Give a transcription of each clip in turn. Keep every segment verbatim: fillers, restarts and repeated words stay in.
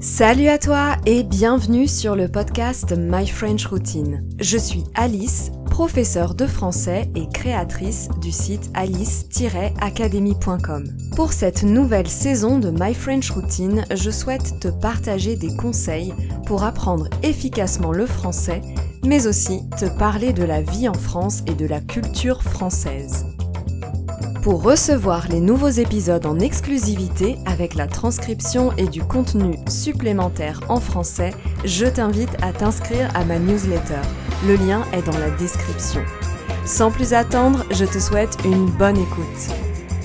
Salut à toi et bienvenue sur le podcast My French Routine. Je suis Alice, professeure de français et créatrice du site alice tiret academy point com. Pour cette nouvelle saison de My French Routine, je souhaite te partager des conseils pour apprendre efficacement le français, mais aussi te parler de la vie en France et de la culture française. Pour recevoir les nouveaux épisodes en exclusivité avec la transcription et du contenu supplémentaire en français, je t'invite à t'inscrire à ma newsletter. Le lien est dans la description. Sans plus attendre, je te souhaite une bonne écoute.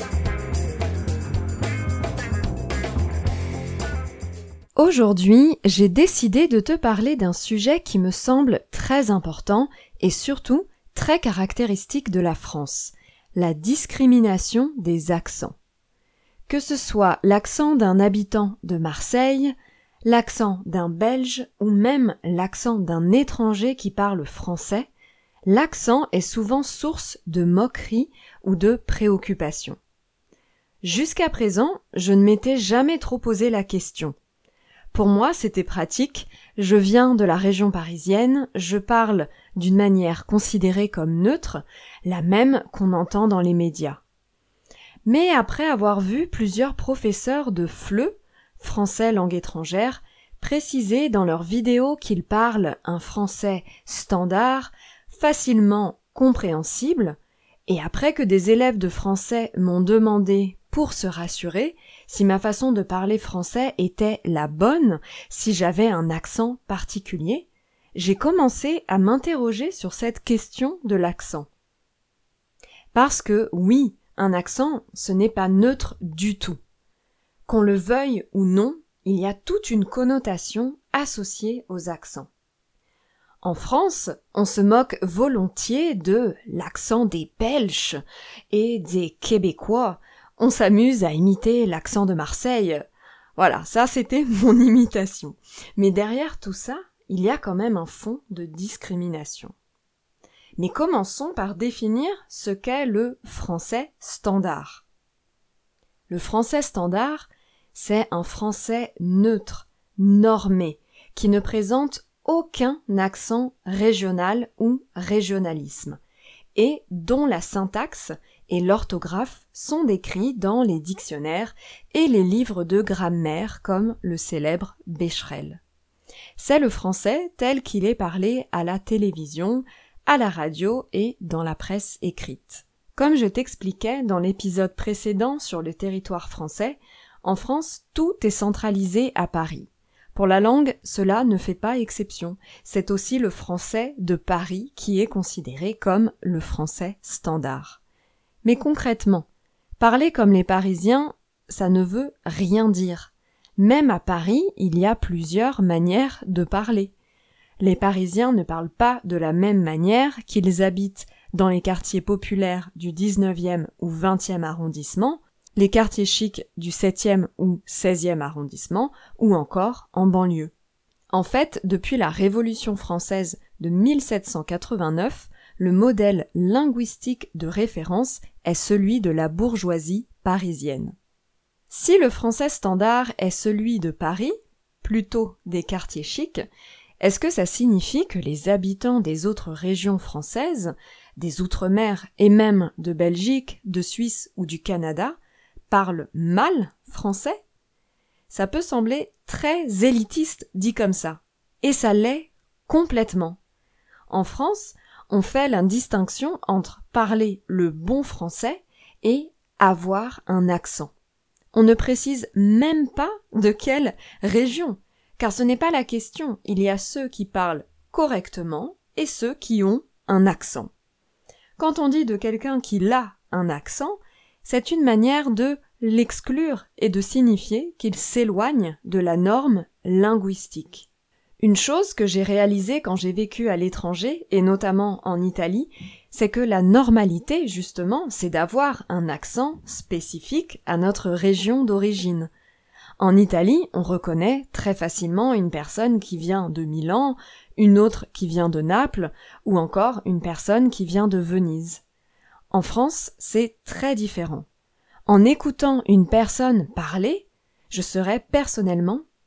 Aujourd'hui, j'ai décidé de te parler d'un sujet qui me semble très important et surtout très caractéristique de la France. La discrimination des accents. Que ce soit l'accent d'un habitant de Marseille, l'accent d'un Belge ou même l'accent d'un étranger qui parle français, l'accent est souvent source de moquerie ou de préoccupation. Jusqu'à présent, je ne m'étais jamais trop posé la question. Pour moi, c'était pratique, je viens de la région parisienne, je parle d'une manière considérée comme neutre, la même qu'on entend dans les médias. Mais après avoir vu plusieurs professeurs de F L E, français langue étrangère, préciser dans leurs vidéos qu'ils parlent un français standard, facilement compréhensible, et après que des élèves de français m'ont demandé, pour se rassurer, si ma façon de parler français était la bonne, si j'avais un accent particulier, j'ai commencé à m'interroger sur cette question de l'accent. Parce que, oui, un accent, ce n'est pas neutre du tout. Qu'on le veuille ou non, il y a toute une connotation associée aux accents. En France, on se moque volontiers de l'accent des Belges et des Québécois. On s'amuse à imiter l'accent de Marseille. Voilà, ça c'était mon imitation. Mais derrière tout ça, il y a quand même un fond de discrimination. Mais commençons par définir ce qu'est le français standard. Le français standard, c'est un français neutre, normé, qui ne présente aucun accent régional ou régionalisme, et dont la syntaxe et l'orthographe sont décrits dans les dictionnaires et les livres de grammaire comme le célèbre Becherel. C'est le français tel qu'il est parlé à la télévision, à la radio et dans la presse écrite. Comme je t'expliquais dans l'épisode précédent sur le territoire français, en France, tout est centralisé à Paris. Pour la langue, cela ne fait pas exception. C'est aussi le français de Paris qui est considéré comme le français standard. Mais concrètement, parler comme les Parisiens, ça ne veut rien dire. Même à Paris, il y a plusieurs manières de parler. Les Parisiens ne parlent pas de la même manière qu'ils habitent dans les quartiers populaires du dix-neuvième ou vingtième arrondissement, les quartiers chics du septième ou seizième arrondissement, ou encore en banlieue. En fait, depuis la Révolution française de mille sept cent quatre-vingt-neuf, le modèle linguistique de référence est celui de la bourgeoisie parisienne. Si le français standard est celui de Paris, plutôt des quartiers chics, est-ce que ça signifie que les habitants des autres régions françaises, des Outre-mer et même de Belgique, de Suisse ou du Canada, parlent mal français? Ça peut sembler très élitiste dit comme ça, et ça l'est complètement. En France, on fait la distinction entre parler le bon français et avoir un accent. On ne précise même pas de quelle région, car ce n'est pas la question. Il y a ceux qui parlent correctement et ceux qui ont un accent. Quand on dit de quelqu'un qu'il a un accent, c'est une manière de l'exclure et de signifier qu'il s'éloigne de la norme linguistique. Une chose que j'ai réalisée quand j'ai vécu à l'étranger, et notamment en Italie, c'est que la normalité, justement, c'est d'avoir un accent spécifique à notre région d'origine. En Italie, on reconnaît très facilement une personne qui vient de Milan, une autre qui vient de Naples, ou encore une personne qui vient de Venise. En France, c'est très différent. En écoutant une personne parler, je serais personnellement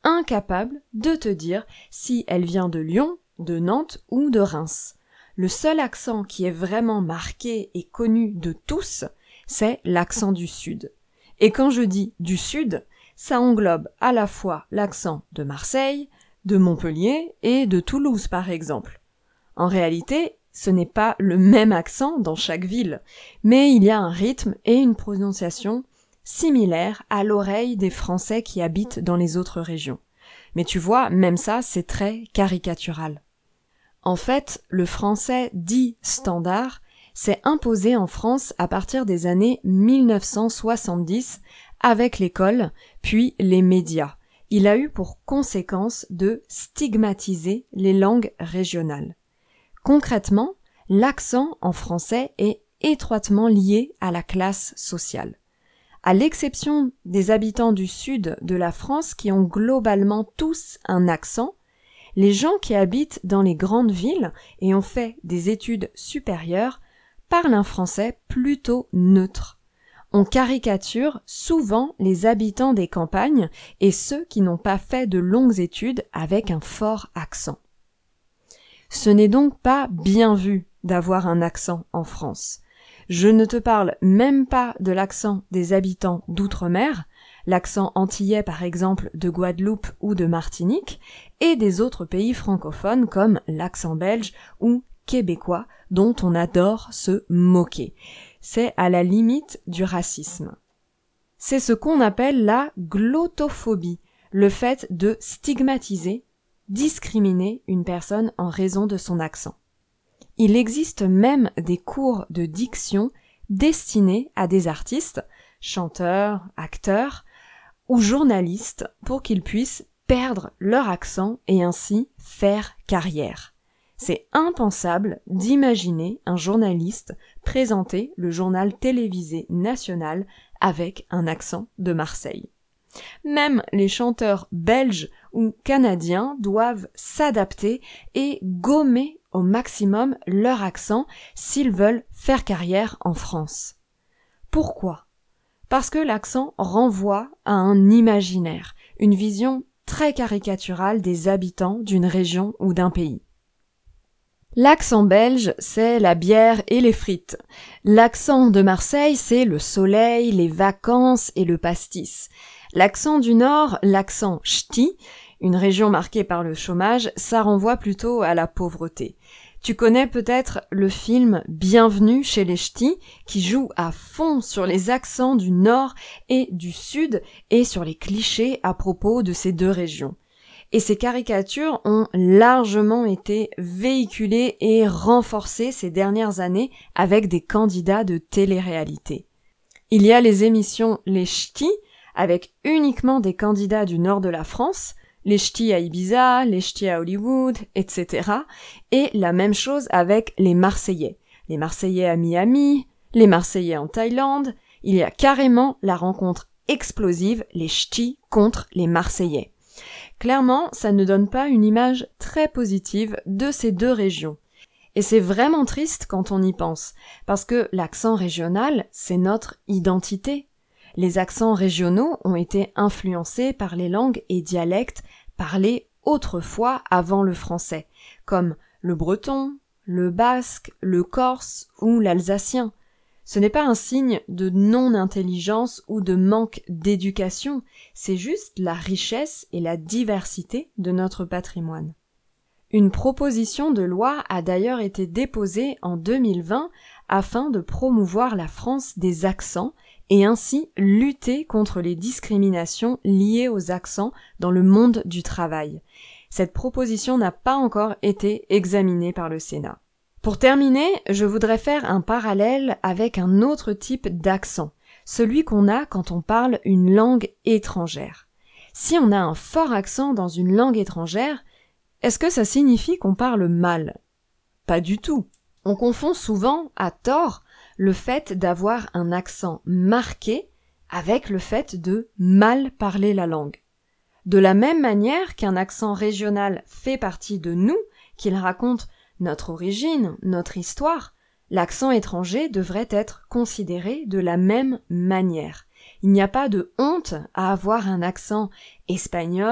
incapable de te dire si elle vient de Lyon, de Nantes ou de Reims. Le seul accent qui est vraiment marqué et connu de tous, c'est l'accent du Sud. Et quand je dis du Sud, ça englobe à la fois l'accent de Marseille, de Montpellier et de Toulouse par exemple. En réalité, ce n'est pas le même accent dans chaque ville, mais il y a un rythme et une prononciation similaires à l'oreille des Français qui habitent dans les autres régions. Mais tu vois, même ça, c'est très caricatural. En fait, le français dit standard s'est imposé en France à partir des années mille neuf cent soixante-dix avec l'école, puis les médias. Il a eu pour conséquence de stigmatiser les langues régionales. Concrètement, l'accent en français est étroitement lié à la classe sociale. À l'exception des habitants du sud de la France qui ont globalement tous un accent, les gens qui habitent dans les grandes villes et ont fait des études supérieures parlent un français plutôt neutre. On caricature souvent les habitants des campagnes et ceux qui n'ont pas fait de longues études avec un fort accent. Ce n'est donc pas bien vu d'avoir un accent en France. Je ne te parle même pas de l'accent des habitants d'outre-mer, l'accent antillais par exemple de Guadeloupe ou de Martinique, et des autres pays francophones comme l'accent belge ou québécois dont on adore se moquer. C'est à la limite du racisme. C'est ce qu'on appelle la glottophobie, le fait de stigmatiser, discriminer une personne en raison de son accent. Il existe même des cours de diction destinés à des artistes, chanteurs, acteurs ou journalistes pour qu'ils puissent perdre leur accent et ainsi faire carrière. C'est impensable d'imaginer un journaliste présenter le journal télévisé national avec un accent de Marseille. Même les chanteurs belges ou canadiens doivent s'adapter et gommer au maximum leur accent s'ils veulent faire carrière en France. Pourquoi ? Parce que l'accent renvoie à un imaginaire, une vision très caricaturale des habitants d'une région ou d'un pays. L'accent belge, c'est la bière et les frites. L'accent de Marseille, c'est le soleil, les vacances et le pastis. L'accent du Nord, l'accent ch'ti, une région marquée par le chômage, ça renvoie plutôt à la pauvreté. Tu connais peut-être le film Bienvenue chez les ch'tis, qui joue à fond sur les accents du Nord et du Sud et sur les clichés à propos de ces deux régions. Et ces caricatures ont largement été véhiculées et renforcées ces dernières années avec des candidats de télé-réalité. Il y a les émissions Les Ch'tis, avec uniquement des candidats du nord de la France, les ch'tis à Ibiza, les ch'tis à Hollywood, et cetera. Et la même chose avec les Marseillais. Les Marseillais à Miami, les Marseillais en Thaïlande. Il y a carrément la rencontre explosive, les ch'tis contre les Marseillais. Clairement, ça ne donne pas une image très positive de ces deux régions. Et c'est vraiment triste quand on y pense, parce que l'accent régional, c'est notre identité. Les accents régionaux ont été influencés par les langues et dialectes parlés autrefois avant le français, comme le breton, le basque, le corse ou l'alsacien. Ce n'est pas un signe de non-intelligence ou de manque d'éducation, c'est juste la richesse et la diversité de notre patrimoine. Une proposition de loi a d'ailleurs été déposée en deux mille vingt afin de promouvoir la France des accents et ainsi lutter contre les discriminations liées aux accents dans le monde du travail. Cette proposition n'a pas encore été examinée par le Sénat. Pour terminer, je voudrais faire un parallèle avec un autre type d'accent, celui qu'on a quand on parle une langue étrangère. Si on a un fort accent dans une langue étrangère, est-ce que ça signifie qu'on parle mal ? Pas du tout. On confond souvent, à tort, le fait d'avoir un accent marqué avec le fait de mal parler la langue. De la même manière qu'un accent régional fait partie de nous, qu'il raconte notre origine, notre histoire, l'accent étranger devrait être considéré de la même manière. Il n'y a pas de honte à avoir un accent espagnol,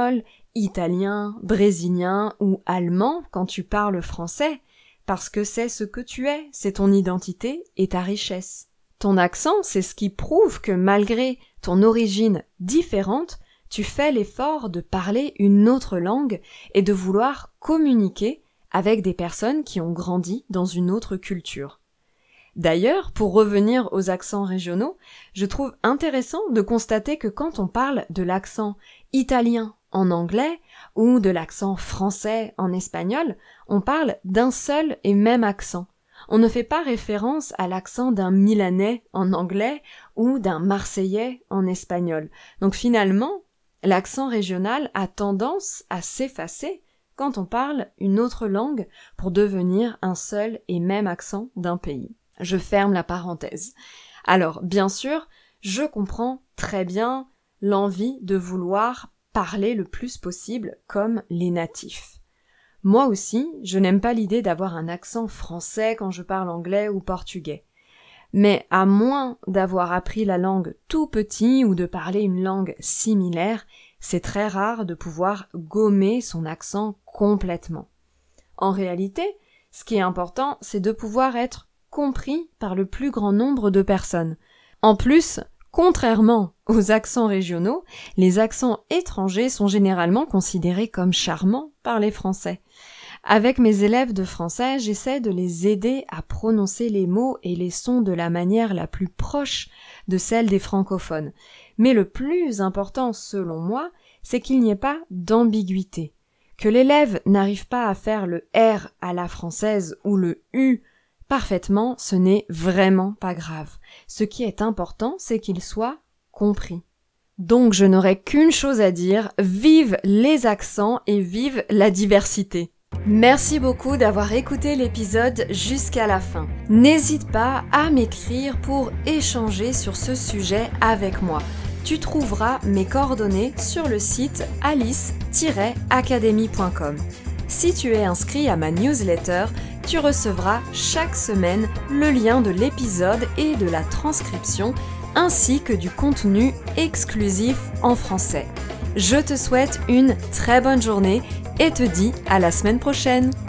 italien, brésilien ou allemand quand tu parles français, parce que c'est ce que tu es, c'est ton identité et ta richesse. Ton accent, c'est ce qui prouve que malgré ton origine différente, tu fais l'effort de parler une autre langue et de vouloir communiquer avec des personnes qui ont grandi dans une autre culture. D'ailleurs, pour revenir aux accents régionaux, je trouve intéressant de constater que quand on parle de l'accent italien en anglais ou de l'accent français en espagnol, on parle d'un seul et même accent. On ne fait pas référence à l'accent d'un Milanais en anglais ou d'un Marseillais en espagnol. Donc finalement, l'accent régional a tendance à s'effacer quand on parle une autre langue pour devenir un seul et même accent d'un pays. Je ferme la parenthèse. Alors, bien sûr, je comprends très bien l'envie de vouloir parler le plus possible comme les natifs. Moi aussi, je n'aime pas l'idée d'avoir un accent français quand je parle anglais ou portugais. Mais à moins d'avoir appris la langue tout petit ou de parler une langue similaire, c'est très rare de pouvoir gommer son accent complètement. En réalité, ce qui est important, c'est de pouvoir être compris par le plus grand nombre de personnes. En plus, contrairement aux accents régionaux, les accents étrangers sont généralement considérés comme charmants par les Français. Avec mes élèves de français, j'essaie de les aider à prononcer les mots et les sons de la manière la plus proche de celle des francophones. Mais le plus important, selon moi, c'est qu'il n'y ait pas d'ambiguïté. Que l'élève n'arrive pas à faire le R à la française ou le U parfaitement, ce n'est vraiment pas grave. Ce qui est important, c'est qu'il soit compris. Donc je n'aurai qu'une chose à dire, vive les accents et vive la diversité. Merci beaucoup d'avoir écouté l'épisode jusqu'à la fin. N'hésite pas à m'écrire pour échanger sur ce sujet avec moi. Tu trouveras mes coordonnées sur le site alice tiret academy point com. Si tu es inscrit à ma newsletter, tu recevras chaque semaine le lien de l'épisode et de la transcription, ainsi que du contenu exclusif en français. Je te souhaite une très bonne journée et te dis à la semaine prochaine.